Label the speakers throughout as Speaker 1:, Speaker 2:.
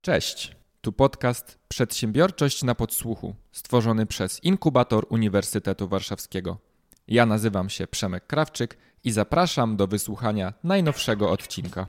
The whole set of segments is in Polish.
Speaker 1: Cześć, tu podcast Przedsiębiorczość na podsłuchu, stworzony przez Inkubator Uniwersytetu Warszawskiego. Ja nazywam się Przemek Krawczyk i zapraszam do wysłuchania najnowszego odcinka.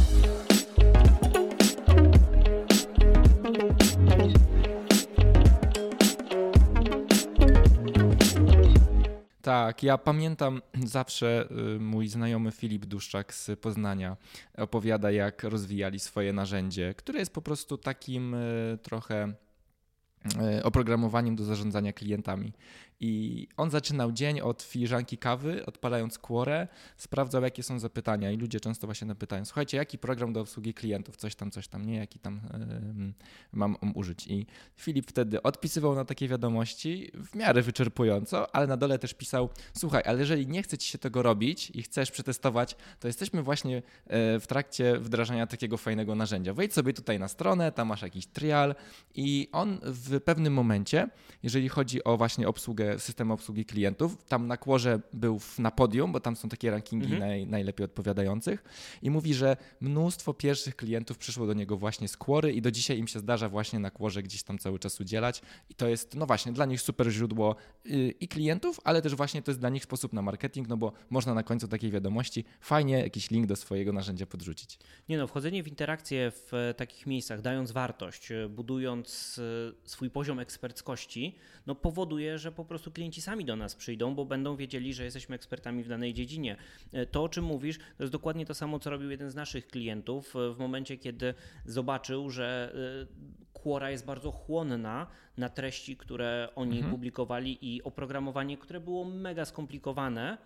Speaker 1: Tak, ja pamiętam zawsze mój znajomy Filip Duszczak z Poznania opowiada, jak rozwijali swoje narzędzie, które jest po prostu takim trochę oprogramowaniem do zarządzania klientami. I on zaczynał dzień od filiżanki kawy, odpalając Quorę, sprawdzał, jakie są zapytania i ludzie często właśnie pytają, słuchajcie, jaki program do obsługi klientów, coś tam, nie, jaki tam mam użyć. I Filip wtedy odpisywał na takie wiadomości w miarę wyczerpująco, ale na dole też pisał, słuchaj, ale jeżeli nie chce ci się tego robić i chcesz przetestować, to jesteśmy właśnie w trakcie wdrażania takiego fajnego narzędzia. Wejdź sobie tutaj na stronę, tam masz jakiś trial i on w pewnym momencie, jeżeli chodzi o właśnie system obsługi klientów, tam na Quorze był na podium, bo tam są takie rankingi najlepiej odpowiadających i mówi, że mnóstwo pierwszych klientów przyszło do niego właśnie z Quory i do dzisiaj im się zdarza właśnie na Quorze gdzieś tam cały czas udzielać i to jest no właśnie dla nich super źródło i klientów, ale też właśnie to jest dla nich sposób na marketing, no bo można na końcu takiej wiadomości fajnie jakiś link do swojego narzędzia podrzucić.
Speaker 2: Nie no, wchodzenie w interakcję w takich miejscach, dając wartość, budując swój poziom eksperckości, no powoduje, że po prostu klienci sami do nas przyjdą, bo będą wiedzieli, że jesteśmy ekspertami w danej dziedzinie. To, o czym mówisz, to jest dokładnie to samo, co robił jeden z naszych klientów w momencie, kiedy zobaczył, że Quora jest bardzo chłonna na treści, które oni publikowali i oprogramowanie, które było mega skomplikowane,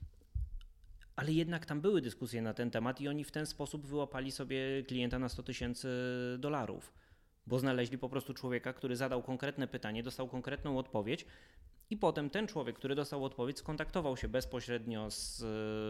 Speaker 2: ale jednak tam były dyskusje na ten temat i oni w ten sposób wyłapali sobie klienta na $100,000, bo znaleźli po prostu człowieka, który zadał konkretne pytanie, dostał konkretną odpowiedź i potem ten człowiek, który dostał odpowiedź, skontaktował się bezpośrednio z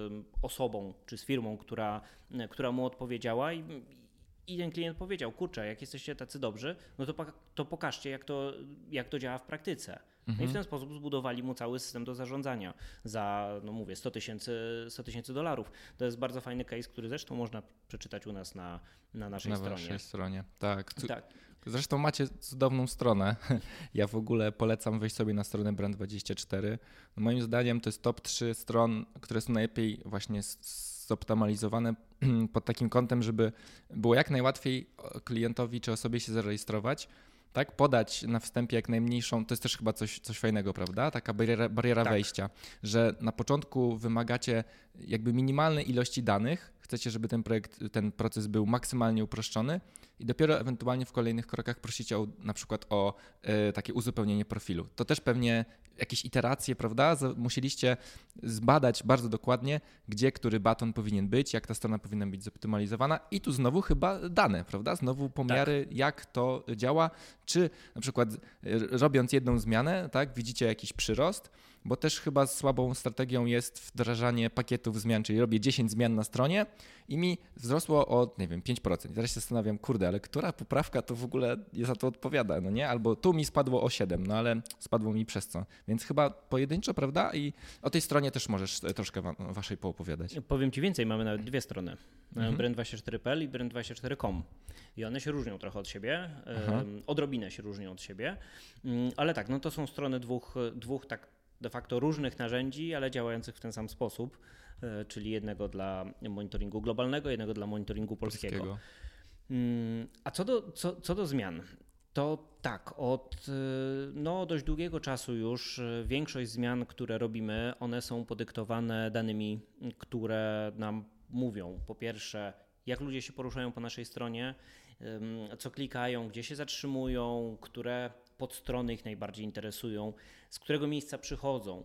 Speaker 2: osobą czy z firmą, która mu odpowiedziała i ten klient powiedział, kurczę, jak jesteście tacy dobrzy, no to pokażcie, jak to działa w praktyce. No i w ten sposób zbudowali mu cały system do zarządzania za, no mówię, $100,000. To jest bardzo fajny case, który zresztą można przeczytać u nas na naszej stronie.
Speaker 1: Na waszej stronie, tak.
Speaker 2: Tak.
Speaker 1: Zresztą macie cudowną stronę. Ja w ogóle polecam wejść sobie na stronę Brand24. No moim zdaniem to jest top 3 stron, które są najlepiej właśnie zoptymalizowane pod takim kątem, żeby było jak najłatwiej klientowi czy osobie się zarejestrować. Tak, podać na wstępie jak najmniejszą, to jest też chyba coś fajnego, prawda? Taka bariera
Speaker 2: tak.
Speaker 1: wejścia, że na początku wymagacie jakby minimalnej ilości danych, chcecie, żeby ten proces był maksymalnie uproszczony i dopiero ewentualnie w kolejnych krokach prosicie na przykład o takie uzupełnienie profilu. To też pewnie jakieś iteracje, prawda? Musieliście zbadać bardzo dokładnie, gdzie który baton powinien być, jak ta strona powinna być zoptymalizowana i tu znowu chyba dane, prawda? Znowu pomiary, jak to działa, czy na przykład robiąc jedną zmianę, tak, widzicie jakiś przyrost, bo też chyba słabą strategią jest wdrażanie pakietów zmian, czyli robię 10 zmian na stronie i mi wzrosło o, nie wiem, 5%. I teraz się zastanawiam, kurde, ale która poprawka to w ogóle za to odpowiada, no nie? Albo tu mi spadło o 7, no ale spadło mi przez co. Więc chyba pojedynczo, prawda? I o tej stronie też możesz troszkę waszej poopowiadać.
Speaker 2: Powiem ci więcej, mamy nawet dwie strony. Brand24.pl i brand24.com. I one się różnią trochę od siebie, odrobinę się różnią od siebie, ale tak, no to są strony dwóch tak de facto różnych narzędzi, ale działających w ten sam sposób, czyli jednego dla monitoringu globalnego, jednego dla monitoringu polskiego. A co do zmian, to tak, od dość długiego czasu już większość zmian, które robimy, one są podyktowane danymi, które nam mówią, po pierwsze, jak ludzie się poruszają po naszej stronie, co klikają, gdzie się zatrzymują, które podstrony ich najbardziej interesują, z którego miejsca przychodzą.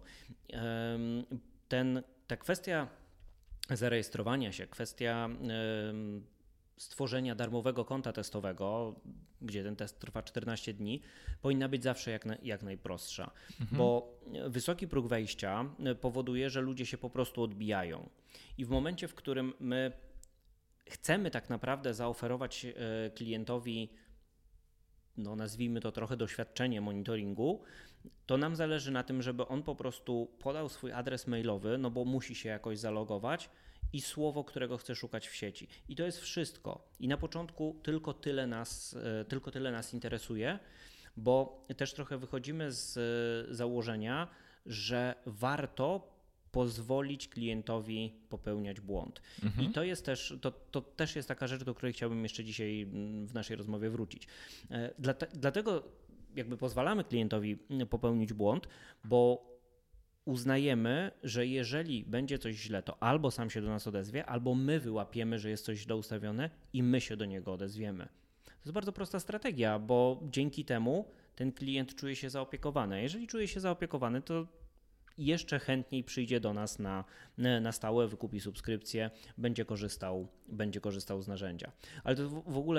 Speaker 2: Ta kwestia zarejestrowania się, kwestia stworzenia darmowego konta testowego, gdzie ten test trwa 14 dni, powinna być zawsze jak najprostsza, bo wysoki próg wejścia powoduje, że ludzie się po prostu odbijają i w momencie, w którym my chcemy tak naprawdę zaoferować klientowi, no nazwijmy to trochę doświadczenie monitoringu, to nam zależy na tym, żeby on po prostu podał swój adres mailowy, no bo musi się jakoś zalogować i słowo, którego chcę szukać w sieci. I to jest wszystko. I na początku tylko tyle nas interesuje, bo też trochę wychodzimy z założenia, że warto pozwolić klientowi popełniać błąd. I to jest też, to też jest taka rzecz, do której chciałbym jeszcze dzisiaj w naszej rozmowie wrócić. Dlatego jakby pozwalamy klientowi popełnić błąd, bo uznajemy, że jeżeli będzie coś źle, to albo sam się do nas odezwie, albo my wyłapiemy, że jest coś źle ustawione i my się do niego odezwiemy. To jest bardzo prosta strategia, bo dzięki temu ten klient czuje się zaopiekowany. A jeżeli czuje się zaopiekowany, to jeszcze chętniej przyjdzie do nas na stałe, wykupi subskrypcję, będzie korzystał z narzędzia. Ale to w ogóle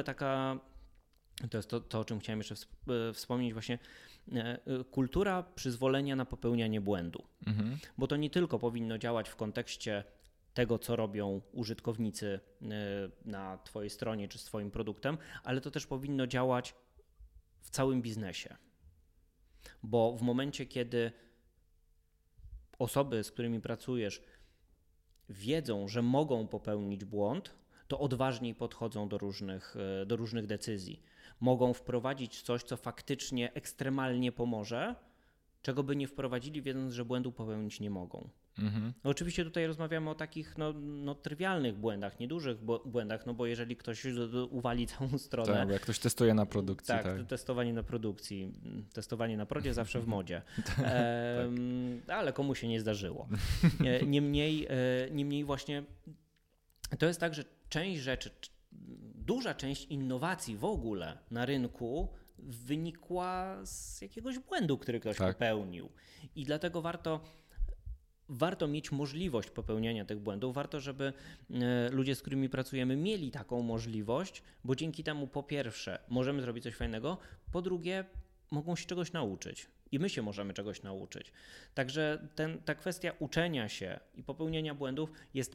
Speaker 2: to jest to, o czym chciałem jeszcze wspomnieć, właśnie kultura przyzwolenia na popełnianie błędu. Bo to nie tylko powinno działać w kontekście tego, co robią użytkownicy na Twojej stronie czy z Twoim produktem, ale to też powinno działać w całym biznesie. Bo w momencie, kiedy osoby, z którymi pracujesz, wiedzą, że mogą popełnić błąd, to odważniej podchodzą do różnych decyzji. Mogą wprowadzić coś, co faktycznie ekstremalnie pomoże, czego by nie wprowadzili, wiedząc, że błędu popełnić nie mogą. No oczywiście tutaj rozmawiamy o takich trywialnych błędach, niedużych błędach, no bo jeżeli ktoś uwali całą stronę...
Speaker 1: Tak, jak ktoś testuje na produkcji.
Speaker 2: Tak, testowanie na produkcji, testowanie na prodzie zawsze w modzie, ale komu się nie zdarzyło. Niemniej właśnie to jest tak, że część rzeczy, duża część innowacji w ogóle na rynku wynikła z jakiegoś błędu, który ktoś popełnił i dlatego warto mieć możliwość popełniania tych błędów, warto, żeby ludzie, z którymi pracujemy, mieli taką możliwość, bo dzięki temu po pierwsze możemy zrobić coś fajnego, po drugie mogą się czegoś nauczyć i my się możemy czegoś nauczyć. Także ta kwestia uczenia się i popełniania błędów jest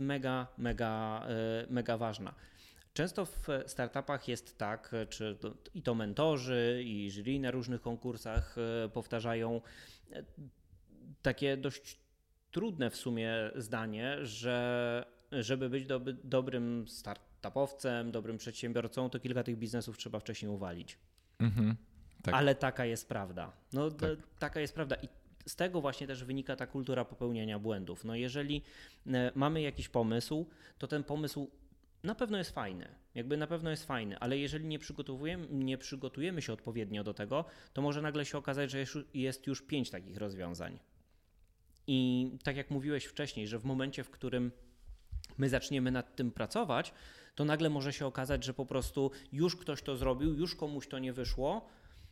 Speaker 2: mega ważna. Często w startupach jest tak, i to mentorzy, i jury na różnych konkursach powtarzają takie dość trudne w sumie zdanie, że żeby być dobrym startupowcem, dobrym przedsiębiorcą, to kilka tych biznesów trzeba wcześniej uwalić. Tak. Ale taka jest prawda. Taka jest prawda. I z tego właśnie też wynika ta kultura popełniania błędów. No jeżeli mamy jakiś pomysł, to ten pomysł na pewno jest fajny, ale jeżeli nie przygotujemy się odpowiednio do tego, to może nagle się okazać, że jest już 5 takich rozwiązań. I tak jak mówiłeś wcześniej, że w momencie, w którym my zaczniemy nad tym pracować, to nagle może się okazać, że po prostu już ktoś to zrobił, już komuś to nie wyszło,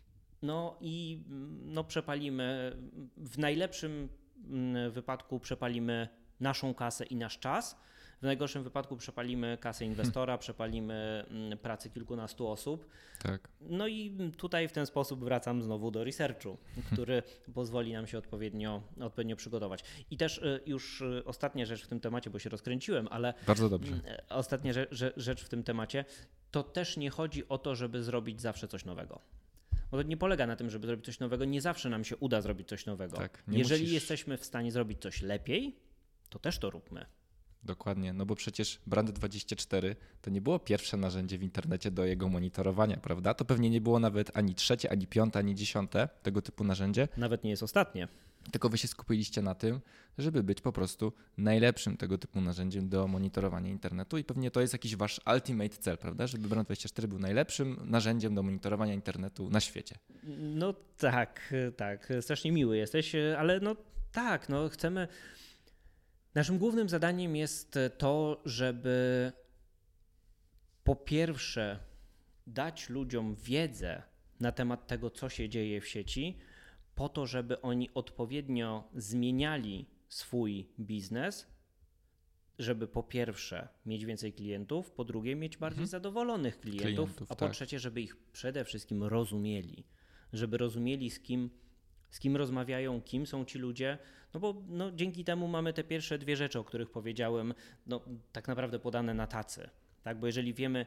Speaker 2: i przepalimy, w najlepszym wypadku przepalimy naszą kasę i nasz czas, w najgorszym wypadku przepalimy kasę inwestora, przepalimy pracę kilkunastu osób.
Speaker 1: Tak.
Speaker 2: No i tutaj w ten sposób wracam znowu do researchu, który pozwoli nam się odpowiednio przygotować. I też już ostatnia rzecz w tym temacie, bo się rozkręciłem, ale
Speaker 1: bardzo dobrze.
Speaker 2: Ostatnia rzecz w tym temacie, to też nie chodzi o to, żeby zrobić zawsze coś nowego. Bo to nie polega na tym, żeby zrobić coś nowego. Nie zawsze nam się uda zrobić coś nowego.
Speaker 1: Tak,
Speaker 2: jeżeli jesteśmy w stanie zrobić coś lepiej, to też to róbmy.
Speaker 1: Dokładnie, no bo przecież Brand24 to nie było pierwsze narzędzie w internecie do jego monitorowania, prawda? To pewnie nie było nawet ani trzecie, ani piąte, ani dziesiąte tego typu narzędzie.
Speaker 2: Nawet nie jest ostatnie.
Speaker 1: Tylko wy się skupiliście na tym, żeby być po prostu najlepszym tego typu narzędziem do monitorowania internetu i pewnie to jest jakiś wasz ultimate cel, prawda? Żeby Brand24 był najlepszym narzędziem do monitorowania internetu na świecie.
Speaker 2: No tak, strasznie miły jesteś, ale chcemy... Naszym głównym zadaniem jest to, żeby po pierwsze dać ludziom wiedzę na temat tego, co się dzieje w sieci, po to, żeby oni odpowiednio zmieniali swój biznes, żeby po pierwsze mieć więcej klientów, po drugie mieć bardziej zadowolonych klientów, a po trzecie, żeby ich przede wszystkim rozumieli, żeby rozumieli z kim rozmawiają, kim są ci ludzie, bo dzięki temu mamy te pierwsze dwie rzeczy, o których powiedziałem, tak naprawdę podane na tacy. Tak? Bo jeżeli wiemy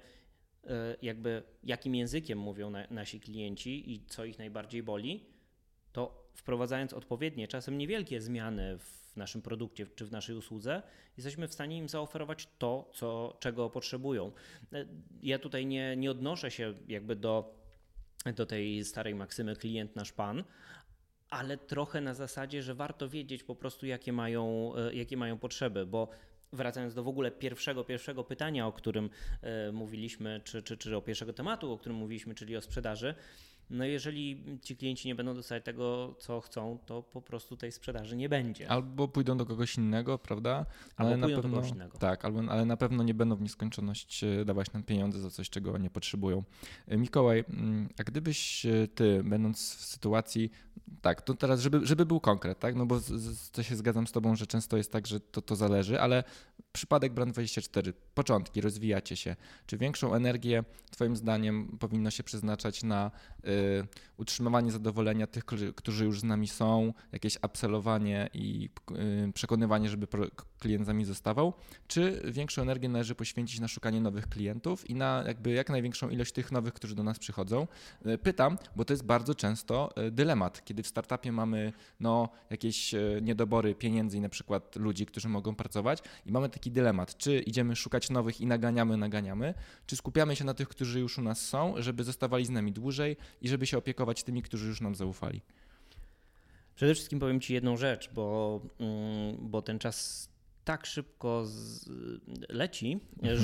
Speaker 2: jakim językiem mówią nasi klienci i co ich najbardziej boli, to wprowadzając odpowiednie, czasem niewielkie zmiany w w naszym produkcie czy w naszej usłudze, jesteśmy w stanie im zaoferować to, czego potrzebują. Ja tutaj nie odnoszę się jakby do tej starej maksymy klient nasz pan, ale trochę na zasadzie, że warto wiedzieć po prostu jakie mają potrzeby, bo wracając do w ogóle pierwszego pytania, o którym mówiliśmy, czy o pierwszego tematu, o którym mówiliśmy, czyli o sprzedaży, no jeżeli ci klienci nie będą dostać tego, co chcą, to po prostu tej sprzedaży nie będzie.
Speaker 1: Albo pójdą do kogoś innego, prawda?
Speaker 2: Albo pójdą do kogoś innego.
Speaker 1: Tak, ale na pewno nie będą w nieskończoność dawać nam pieniądze za coś, czego nie potrzebują. Mikołaj, a gdybyś ty, będąc w sytuacji, tak, to teraz, żeby był konkret, tak? No bo to się zgadzam z tobą, że często jest tak, że to zależy, ale przypadek Brand24, początki, rozwijacie się. Czy większą energię twoim zdaniem powinno się przeznaczać na utrzymywanie zadowolenia tych, którzy już z nami są, jakieś upsellowanie i przekonywanie, żeby klient z nami zostawał, czy większą energię należy poświęcić na szukanie nowych klientów i na jakby jak największą ilość tych nowych, którzy do nas przychodzą? Pytam, bo to jest bardzo często dylemat, kiedy w startupie mamy jakieś niedobory pieniędzy i na przykład ludzi, którzy mogą pracować i mamy taki dylemat, czy idziemy szukać nowych i naganiamy, czy skupiamy się na tych, którzy już u nas są, żeby zostawali z nami dłużej i żeby się opiekować tymi, którzy już nam zaufali.
Speaker 2: Przede wszystkim powiem ci jedną rzecz, bo ten czas tak szybko leci,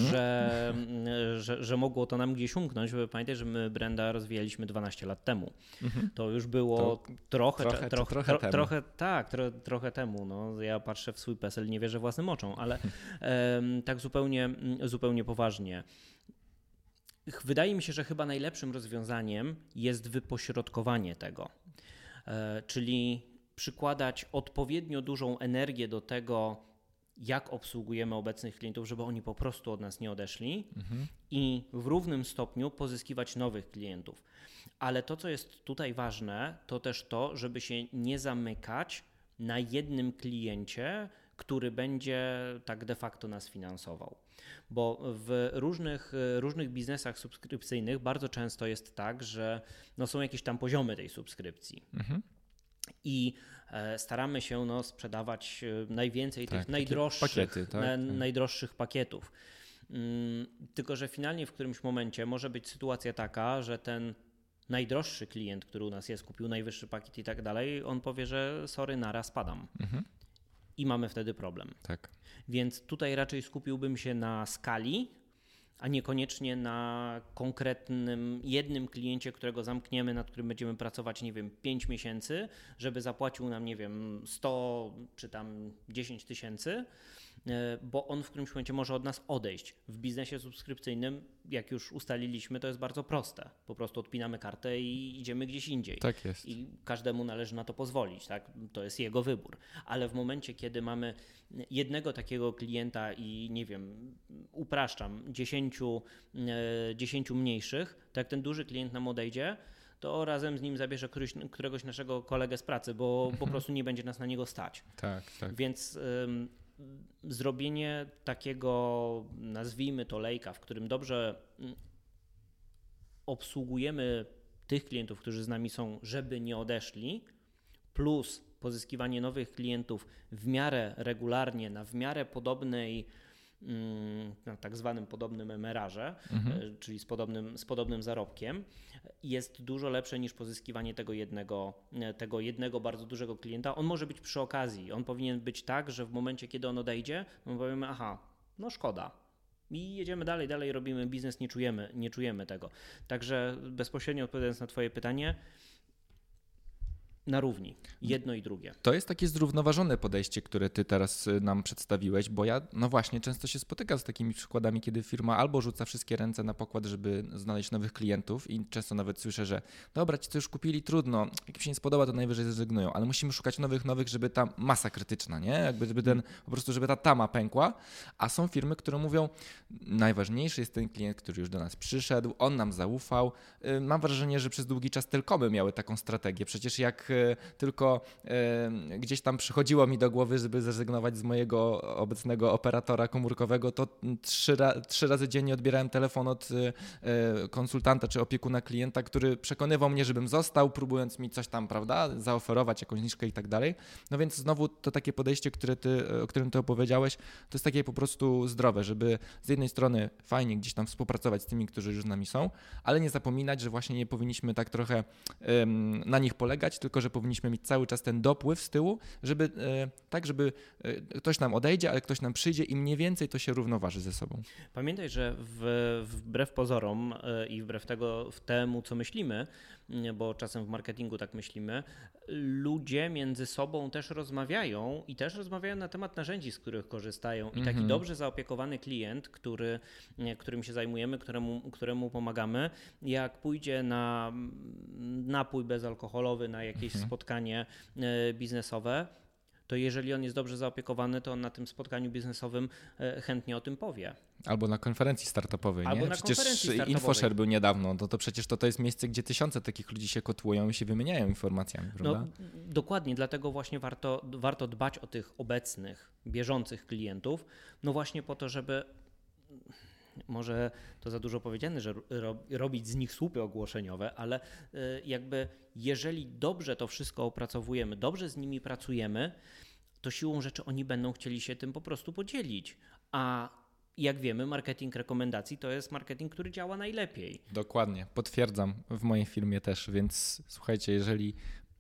Speaker 2: że mogło to nam gdzieś umknąć. Pamiętaj, że my Branda rozwijaliśmy 12 lat temu. To już było trochę temu. No, ja patrzę w swój PESEL i nie wierzę własnym oczom, ale tak zupełnie poważnie. Wydaje mi się, że chyba najlepszym rozwiązaniem jest wypośrodkowanie tego, czyli przykładać odpowiednio dużą energię do tego, jak obsługujemy obecnych klientów, żeby oni po prostu od nas nie odeszli i w równym stopniu pozyskiwać nowych klientów. Ale to, co jest tutaj ważne, to też to, żeby się nie zamykać na jednym kliencie, który będzie tak de facto nas finansował. Bo w różnych biznesach subskrypcyjnych bardzo często jest tak, że są jakieś tam poziomy tej subskrypcji. I staramy się sprzedawać najwięcej tych najdroższych pakietów. Tylko że finalnie w którymś momencie może być sytuacja taka, że ten najdroższy klient, który u nas jest, kupił najwyższy pakiet i tak dalej, on powie, że sorry, naraz spadam. I mamy wtedy problem.
Speaker 1: Tak.
Speaker 2: Więc tutaj raczej skupiłbym się na skali, a niekoniecznie na konkretnym jednym kliencie, którego zamkniemy, nad którym będziemy pracować, 5 miesięcy, żeby zapłacił nam, 100 czy tam 10 tysięcy, bo on w którymś momencie może od nas odejść. W biznesie subskrypcyjnym, jak już ustaliliśmy, to jest bardzo proste. Po prostu odpinamy kartę i idziemy gdzieś indziej.
Speaker 1: Tak jest.
Speaker 2: I każdemu należy na to pozwolić, tak? To jest jego wybór. Ale w momencie, kiedy mamy jednego takiego klienta i upraszczam, 10 mniejszych, to jak ten duży klient nam odejdzie, to razem z nim zabierze któregoś naszego kolegę z pracy, bo po prostu nie będzie nas na niego stać.
Speaker 1: Tak.
Speaker 2: Więc zrobienie takiego, nazwijmy to lejka, w którym dobrze obsługujemy tych klientów, którzy z nami są, żeby nie odeszli, plus pozyskiwanie nowych klientów w miarę regularnie, na w miarę podobnej, na tak zwanym podobnym emerarze, czyli z podobnym zarobkiem, jest dużo lepsze niż pozyskiwanie tego jednego bardzo dużego klienta. On może być przy okazji. On powinien być tak, że w momencie, kiedy on odejdzie, my powiemy, szkoda. I jedziemy dalej robimy biznes, nie czujemy tego. Także bezpośrednio odpowiadając na twoje pytanie, na równi. Jedno i drugie.
Speaker 1: To jest takie zrównoważone podejście, które ty teraz nam przedstawiłeś, bo ja właśnie często się spotykam z takimi przykładami, kiedy firma albo rzuca wszystkie ręce na pokład, żeby znaleźć nowych klientów i często nawet słyszę, że dobra, ci co już kupili, trudno, jak im się nie spodoba, to najwyżej zrezygnują, ale musimy szukać nowych, żeby ta masa krytyczna, nie? Żeby ta tama pękła, a są firmy, które mówią, najważniejszy jest ten klient, który już do nas przyszedł, on nam zaufał. Mam wrażenie, że przez długi czas telekomy miały taką strategię. Przecież jak tylko gdzieś tam przychodziło mi do głowy, żeby zrezygnować z mojego obecnego operatora komórkowego, to trzy razy dziennie odbierałem telefon od konsultanta czy opiekuna klienta, który przekonywał mnie, żebym został, próbując mi coś tam, prawda, zaoferować, jakąś zniżkę i tak dalej. No więc znowu to takie podejście, o którym ty opowiedziałeś, to jest takie po prostu zdrowe, żeby z jednej strony fajnie gdzieś tam współpracować z tymi, którzy już z nami są, ale nie zapominać, że właśnie nie powinniśmy tak trochę na nich polegać, tylko że powinniśmy mieć cały czas ten dopływ z tyłu, żeby ktoś nam odejdzie, ale ktoś nam przyjdzie i mniej więcej to się równoważy ze sobą.
Speaker 2: Pamiętaj, że wbrew pozorom i wbrew temu, co myślimy, bo czasem w marketingu tak myślimy, ludzie między sobą też rozmawiają i też rozmawiają na temat narzędzi, z których korzystają. I taki dobrze zaopiekowany klient, którym się zajmujemy, któremu pomagamy, jak pójdzie na napój bezalkoholowy, na jakieś spotkanie biznesowe, to jeżeli on jest dobrze zaopiekowany, to on na tym spotkaniu biznesowym chętnie o tym powie.
Speaker 1: Albo na konferencji startupowej,
Speaker 2: Albo
Speaker 1: nie?
Speaker 2: na
Speaker 1: Przecież
Speaker 2: konferencji startupowej.
Speaker 1: InfoShare był niedawno, to przecież to jest miejsce, gdzie tysiące takich ludzi się kotłują i się wymieniają informacjami, prawda?
Speaker 2: No, dokładnie, dlatego właśnie warto dbać o tych obecnych, bieżących klientów, no właśnie po to, żeby, może to za dużo powiedziane, że robić z nich słupy ogłoszeniowe, ale jakby jeżeli dobrze to wszystko opracowujemy, dobrze z nimi pracujemy, to siłą rzeczy oni będą chcieli się tym po prostu podzielić. A jak wiemy, marketing rekomendacji to jest marketing, który działa najlepiej.
Speaker 1: Dokładnie, potwierdzam w mojej firmie też, więc słuchajcie, jeżeli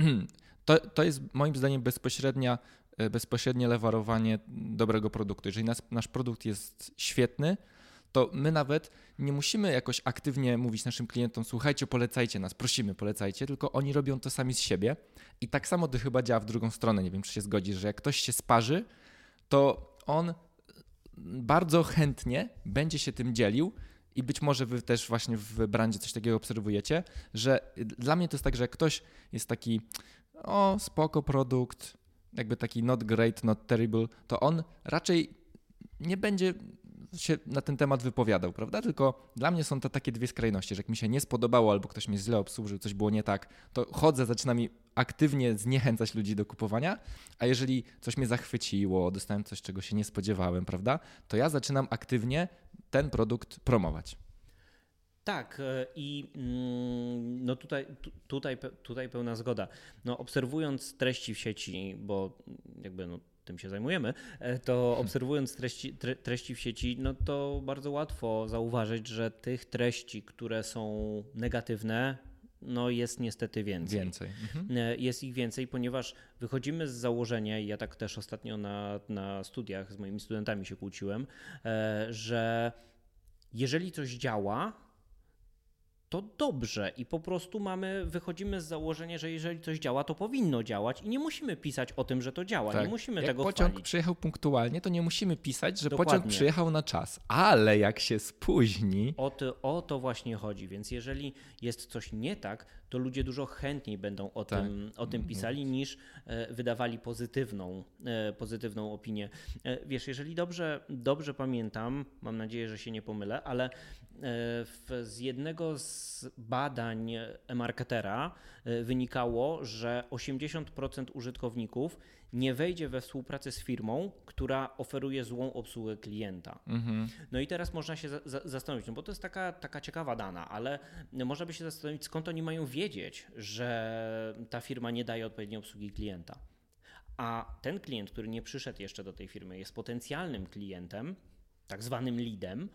Speaker 1: to jest moim zdaniem bezpośrednie lewarowanie dobrego produktu. Jeżeli nasz produkt jest świetny, to my nawet nie musimy jakoś aktywnie mówić naszym klientom, słuchajcie, polecajcie nas, prosimy, polecajcie, tylko oni robią to sami z siebie i tak samo to chyba działa w drugą stronę, nie wiem, czy się zgodzisz, że jak ktoś się sparzy, to on bardzo chętnie będzie się tym dzielił i być może wy też właśnie w brandzie coś takiego obserwujecie, że dla mnie to jest tak, że jak ktoś jest taki spoko produkt, jakby taki not great, not terrible, to on raczej nie będzie się na ten temat wypowiadał, prawda? Tylko dla mnie są to takie dwie skrajności, że jak mi się nie spodobało albo ktoś mnie źle obsłużył, coś było nie tak, to chodzę, zaczynam mi aktywnie zniechęcać ludzi do kupowania, a jeżeli coś mnie zachwyciło, dostałem coś, czego się nie spodziewałem, prawda? To ja zaczynam aktywnie ten produkt promować.
Speaker 2: Tak i no tutaj pełna zgoda. No obserwując treści w sieci, bo jakby tym się zajmujemy, to obserwując treści w sieci, no to bardzo łatwo zauważyć, że tych treści, które są negatywne, no jest niestety więcej. Jest ich więcej, ponieważ wychodzimy z założenia, i ja tak też ostatnio na studiach z moimi studentami się kłóciłem, że jeżeli coś działa, to dobrze i po prostu wychodzimy z założenia, że jeżeli coś działa, to powinno działać i nie musimy pisać o tym, że to działa, tak. Nie musimy tego chwalić.
Speaker 1: Jak pociąg przyjechał punktualnie, to nie musimy pisać, że Dokładnie. Pociąg przyjechał na czas, ale jak się spóźni...
Speaker 2: O to właśnie chodzi, więc jeżeli jest coś nie tak, to ludzie dużo chętniej będą o tym pisali niż wydawali pozytywną opinię. Wiesz, jeżeli dobrze pamiętam, mam nadzieję, że się nie pomylę, ale z jednego z badań eMarketera wynikało, że 80% użytkowników nie wejdzie we współpracę z firmą, która oferuje złą obsługę klienta. No i teraz można się zastanowić, no bo to jest taka ciekawa dana, ale można by się zastanowić, skąd oni mają wiedzieć, że ta firma nie daje odpowiedniej obsługi klienta. A ten klient, który nie przyszedł jeszcze do tej firmy, jest potencjalnym klientem, tak zwanym leadem,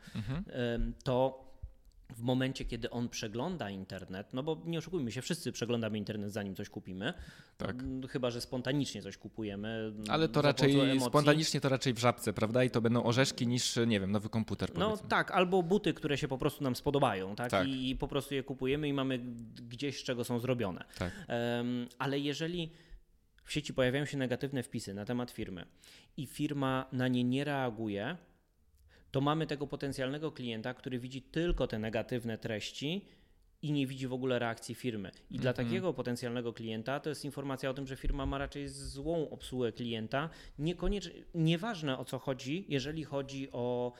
Speaker 2: to w momencie, kiedy on przegląda internet, no bo nie oszukujmy się, wszyscy przeglądamy internet, zanim coś kupimy, tak. Chyba że spontanicznie coś kupujemy.
Speaker 1: Ale to raczej spontanicznie to raczej w Żabce, prawda? I to będą orzeszki niż, nie wiem, nowy komputer, powiedzmy.
Speaker 2: No tak, albo buty, które się po prostu nam spodobają, tak? I po prostu je kupujemy i mamy gdzieś, z czego są zrobione. Tak. Ale jeżeli w sieci pojawiają się negatywne wpisy na temat firmy i firma na nie nie reaguje, to mamy tego potencjalnego klienta, który widzi tylko te negatywne treści i nie widzi w ogóle reakcji firmy. I dla takiego potencjalnego klienta to jest informacja o tym, że firma ma raczej złą obsługę klienta. Nieważne o co chodzi, jeżeli chodzi o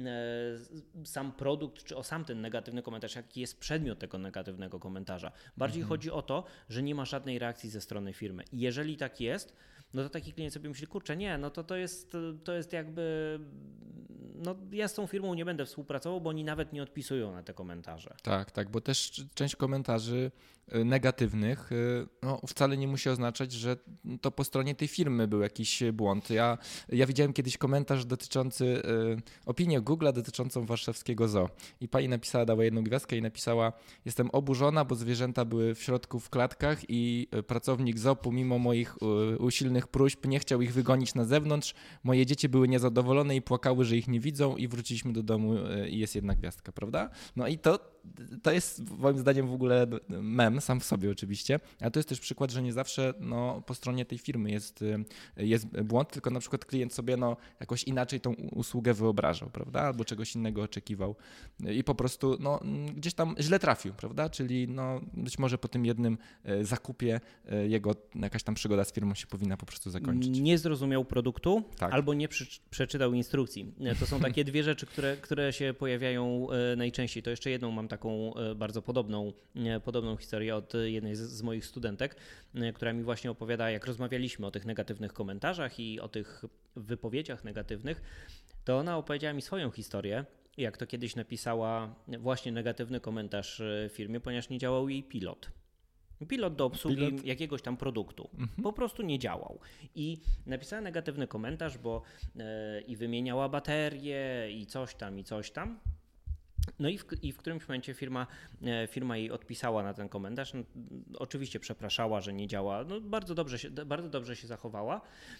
Speaker 2: sam produkt, czy o sam ten negatywny komentarz, jaki jest przedmiot tego negatywnego komentarza. Bardziej chodzi o to, że nie ma żadnej reakcji ze strony firmy. I jeżeli tak jest, no to taki klient sobie myśli, kurczę, nie, no to jest jakby, no ja z tą firmą nie będę współpracował, bo oni nawet nie odpisują na te komentarze.
Speaker 1: Tak, bo też część komentarzy negatywnych no, wcale nie musi oznaczać, że to po stronie tej firmy był jakiś błąd. Ja widziałem kiedyś komentarz dotyczący opinii Google'a dotyczącą warszawskiego zoo i pani dała jedną gwiazdkę i napisała: jestem oburzona, bo zwierzęta były w środku w klatkach i pracownik zoo pomimo moich usilnych próśb nie chciał ich wygonić na zewnątrz. Moje dzieci były niezadowolone i płakały, że ich nie widzą i wróciliśmy do domu i jest jedna gwiazdka, prawda? No i to jest moim zdaniem w ogóle mem sam w sobie oczywiście, ale to jest też przykład, że nie zawsze po stronie tej firmy jest błąd, tylko na przykład klient sobie jakoś inaczej tą usługę wyobrażał, prawda? Albo czegoś innego oczekiwał i po prostu gdzieś tam źle trafił, prawda? Czyli być może po tym jednym zakupie jego jakaś tam przygoda z firmą się powinna po prostu zakończyć.
Speaker 2: Nie zrozumiał produktu,
Speaker 1: tak.
Speaker 2: Albo nie przeczytał instrukcji. To są takie dwie rzeczy, które się pojawiają najczęściej. To jeszcze jedną mam taką bardzo podobną historię od jednej z moich studentek, która mi właśnie opowiada, jak rozmawialiśmy o tych negatywnych komentarzach i o tych wypowiedziach negatywnych, to ona opowiedziała mi swoją historię, jak to kiedyś napisała właśnie negatywny komentarz w firmie, ponieważ nie działał jej pilot. Pilot do obsługi jakiegoś tam produktu. Po prostu nie działał. I napisała negatywny komentarz, bo i wymieniała baterię i coś tam. No i w którymś momencie firma jej odpisała na ten komentarz. No, oczywiście przepraszała, że nie działa. No, bardzo dobrze się zachowała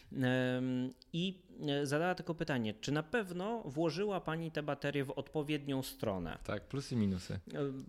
Speaker 2: i zadała tylko pytanie, czy na pewno włożyła pani tę baterię w odpowiednią stronę?
Speaker 1: Tak, plus i minusy.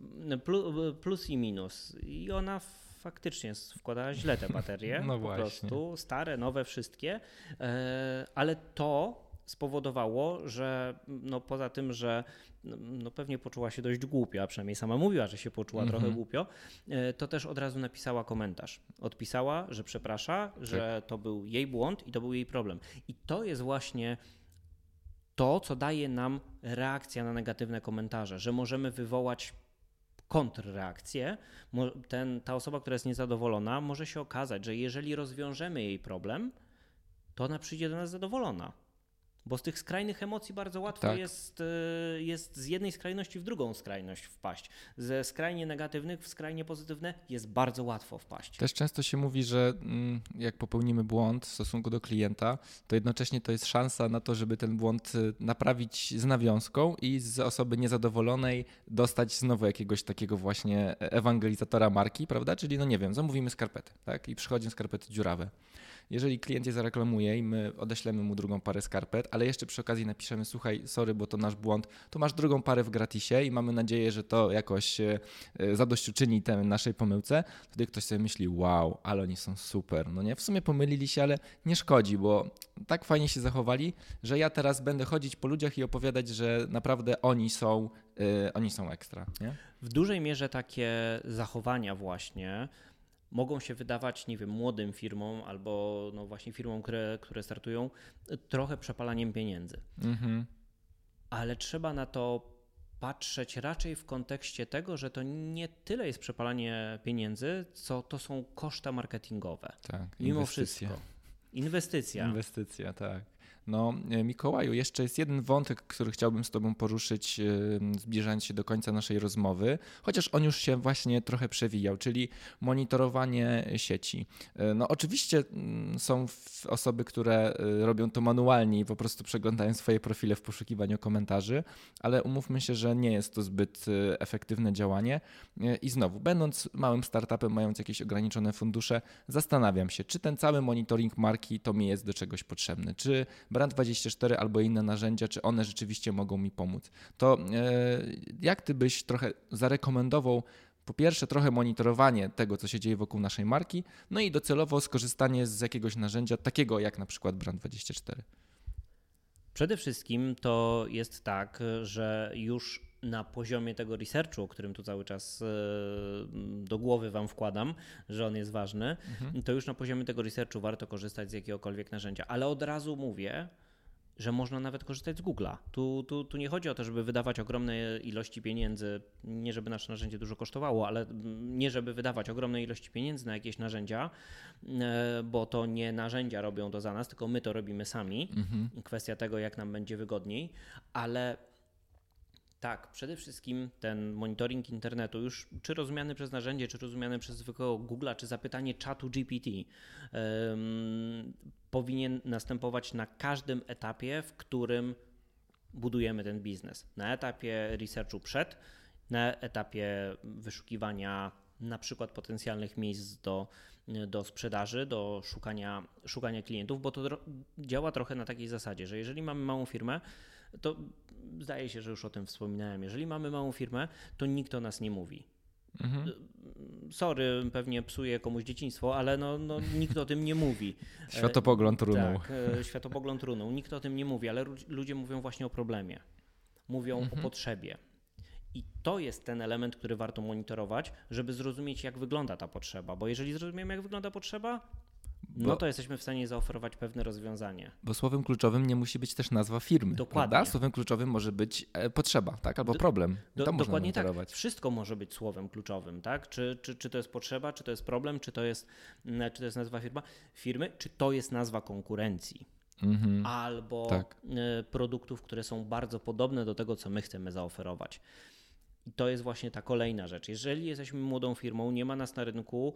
Speaker 2: Plus i minus. I ona faktycznie wkładała źle te baterie.
Speaker 1: No
Speaker 2: po
Speaker 1: właśnie.
Speaker 2: prostu stare, nowe, wszystkie. Ale to spowodowało, że poza tym, że pewnie poczuła się dość głupio, a przynajmniej sama mówiła, że się poczuła trochę głupio, to też od razu napisała komentarz. Odpisała, że przeprasza, że to był jej błąd i to był jej problem. I to jest właśnie to, co daje nam reakcja na negatywne komentarze, że możemy wywołać kontrreakcję. Ta osoba, która jest niezadowolona, może się okazać, że jeżeli rozwiążemy jej problem, to ona przyjdzie do nas zadowolona. Bo z tych skrajnych emocji bardzo łatwo jest z jednej skrajności w drugą skrajność wpaść. Ze skrajnie negatywnych w skrajnie pozytywne jest bardzo łatwo wpaść.
Speaker 1: Też często się mówi, że jak popełnimy błąd w stosunku do klienta, to jednocześnie to jest szansa na to, żeby ten błąd naprawić z nawiązką i z osoby niezadowolonej dostać znowu jakiegoś takiego właśnie ewangelizatora marki, prawda? Czyli nie wiem, zamówimy skarpety, tak? I przychodzą skarpety dziurawe. Jeżeli klient je zareklamuje i my odeślemy mu drugą parę skarpet, ale jeszcze przy okazji napiszemy: słuchaj, sorry, bo to nasz błąd, to masz drugą parę w gratisie i mamy nadzieję, że to jakoś zadośćuczyni tej naszej pomyłce, wtedy ktoś sobie myśli: wow, ale oni są super. No nie, w sumie pomylili się, ale nie szkodzi, bo tak fajnie się zachowali, że ja teraz będę chodzić po ludziach i opowiadać, że naprawdę oni są ekstra. Nie?
Speaker 2: W dużej mierze takie zachowania właśnie mogą się wydawać, nie wiem, młodym firmom albo właśnie firmom, które startują, trochę przepalaniem pieniędzy. Ale trzeba na to patrzeć raczej w kontekście tego, że to nie tyle jest przepalanie pieniędzy, co to są koszta marketingowe.
Speaker 1: Tak,
Speaker 2: mimo wszystko. Inwestycja,
Speaker 1: tak. Mikołaju, jeszcze jest jeden wątek, który chciałbym z tobą poruszyć, zbliżając się do końca naszej rozmowy, chociaż on już się właśnie trochę przewijał, czyli monitorowanie sieci. Oczywiście są osoby, które robią to manualnie i po prostu przeglądają swoje profile w poszukiwaniu komentarzy, ale umówmy się, że nie jest to zbyt efektywne działanie i znowu, będąc małym startupem, mając jakieś ograniczone fundusze, zastanawiam się, czy ten cały monitoring marki to mi jest do czegoś potrzebny, czy Brand24 albo inne narzędzia, czy one rzeczywiście mogą mi pomóc. To jak ty byś trochę zarekomendował, po pierwsze trochę monitorowanie tego, co się dzieje wokół naszej marki, no i docelowo skorzystanie z jakiegoś narzędzia takiego jak na przykład Brand24?
Speaker 2: Przede wszystkim to jest tak, że już na poziomie tego researchu, o którym tu cały czas do głowy wam wkładam, że on jest ważny, to już na poziomie tego researchu warto korzystać z jakiegokolwiek narzędzia. Ale od razu mówię, że można nawet korzystać z Google'a. Tu nie chodzi o to, żeby wydawać ogromne ilości pieniędzy, nie żeby nasze narzędzie dużo kosztowało, ale nie żeby wydawać ogromne ilości pieniędzy na jakieś narzędzia, bo to nie narzędzia robią to za nas, tylko my to robimy sami. Kwestia tego, jak nam będzie wygodniej, ale tak, przede wszystkim ten monitoring internetu, już czy rozumiany przez narzędzie, czy rozumiany przez zwykłego Google'a, czy zapytanie czatu GPT, powinien następować na każdym etapie, w którym budujemy ten biznes. Na etapie researchu przed, na etapie wyszukiwania na przykład potencjalnych miejsc do sprzedaży, do szukania klientów, bo to działa trochę na takiej zasadzie, że jeżeli mamy małą firmę, to zdaje się, że już o tym wspominałem. Jeżeli mamy małą firmę, to nikt o nas nie mówi. Sorry, pewnie psuję komuś dzieciństwo, ale nikt o tym nie mówi.
Speaker 1: Światopogląd runął.
Speaker 2: Tak, światopogląd runął. Nikt o tym nie mówi, ale ludzie mówią właśnie o problemie. Mówią o potrzebie. I to jest ten element, który warto monitorować, żeby zrozumieć, jak wygląda ta potrzeba. Bo jeżeli zrozumiemy, jak wygląda potrzeba, to jesteśmy w stanie zaoferować pewne rozwiązanie.
Speaker 1: Bo słowem kluczowym nie musi być też nazwa firmy.
Speaker 2: Dokładnie.
Speaker 1: Prawda? Słowem kluczowym może być potrzeba, tak? Albo problem.
Speaker 2: Dokładnie tak. Wszystko może być słowem kluczowym, tak? Czy to jest potrzeba, czy to jest problem, czy to jest nazwa firmy, czy to jest nazwa konkurencji. Albo produktów, które są bardzo podobne do tego, co my chcemy zaoferować. I to jest właśnie ta kolejna rzecz. Jeżeli jesteśmy młodą firmą, nie ma nas na rynku,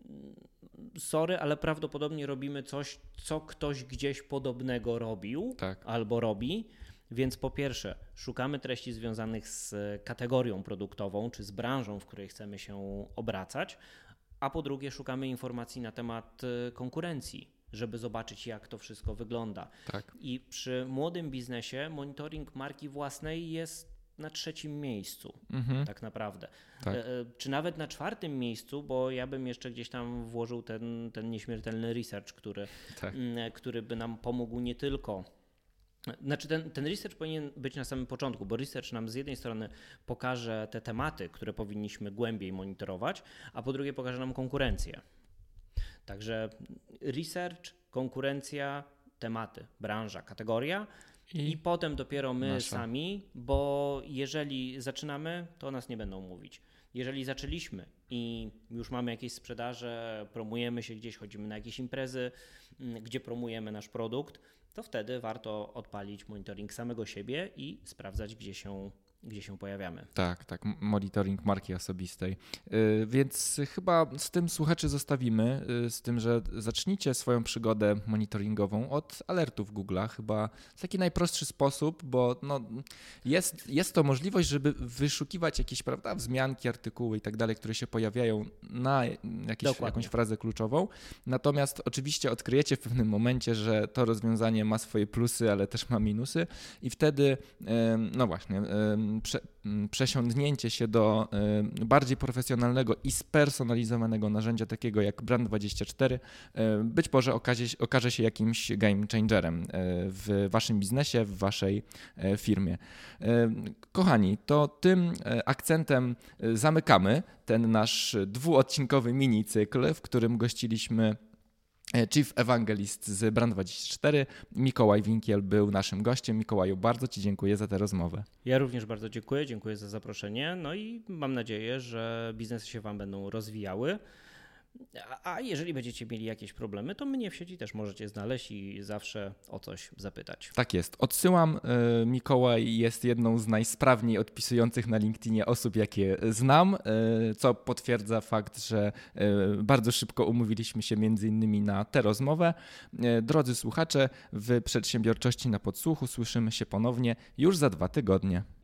Speaker 2: sorry, ale prawdopodobnie robimy coś, co ktoś gdzieś podobnego robił albo robi, więc po pierwsze szukamy treści związanych z kategorią produktową czy z branżą, w której chcemy się obracać, a po drugie szukamy informacji na temat konkurencji, żeby zobaczyć, jak to wszystko wygląda.
Speaker 1: Tak.
Speaker 2: I przy młodym biznesie monitoring marki własnej jest na 3. miejscu tak naprawdę. Tak. Czy nawet na 4. miejscu, bo ja bym jeszcze gdzieś tam włożył ten nieśmiertelny research, który by nam pomógł nie tylko. Znaczy ten research powinien być na samym początku, bo research nam z jednej strony pokaże te tematy, które powinniśmy głębiej monitorować, a po drugie pokaże nam konkurencję. Także research, konkurencja, tematy, branża, kategoria i potem dopiero my sami, bo jeżeli zaczynamy, to o nas nie będą mówić. Jeżeli zaczęliśmy i już mamy jakieś sprzedaże, promujemy się gdzieś, chodzimy na jakieś imprezy, gdzie promujemy nasz produkt, to wtedy warto odpalić monitoring samego siebie i sprawdzać, gdzie się pojawiamy.
Speaker 1: Tak, monitoring marki osobistej. Więc chyba z tym słuchaczy zostawimy, z tym, że zacznijcie swoją przygodę monitoringową od alertów Google'a. Chyba w taki najprostszy sposób, bo jest to możliwość, żeby wyszukiwać jakieś, prawda, wzmianki, artykuły i tak dalej, które się pojawiają na jakąś frazę kluczową. Natomiast oczywiście odkryjecie w pewnym momencie, że to rozwiązanie ma swoje plusy, ale też ma minusy i wtedy, przesiądnięcie się do bardziej profesjonalnego i spersonalizowanego narzędzia takiego jak Brand24 być może okaże się jakimś game changerem w waszym biznesie, w waszej firmie. Kochani, to tym akcentem zamykamy ten nasz 2-odcinkowy mini cykl, w którym gościliśmy Chief Evangelist z Brand24. Mikołaj Winkiel był naszym gościem. Mikołaju, bardzo Ci dziękuję za tę rozmowę.
Speaker 2: Ja również bardzo dziękuję za zaproszenie. No i mam nadzieję, że biznesy się Wam będą rozwijały. A jeżeli będziecie mieli jakieś problemy, to mnie w sieci też możecie znaleźć i zawsze o coś zapytać.
Speaker 1: Tak jest. Odsyłam. Mikołaj jest jedną z najsprawniej odpisujących na LinkedInie osób, jakie znam, co potwierdza fakt, że bardzo szybko umówiliśmy się między innymi na tę rozmowę. Drodzy słuchacze, w Przedsiębiorczości na Podsłuchu słyszymy się ponownie już za 2 tygodnie.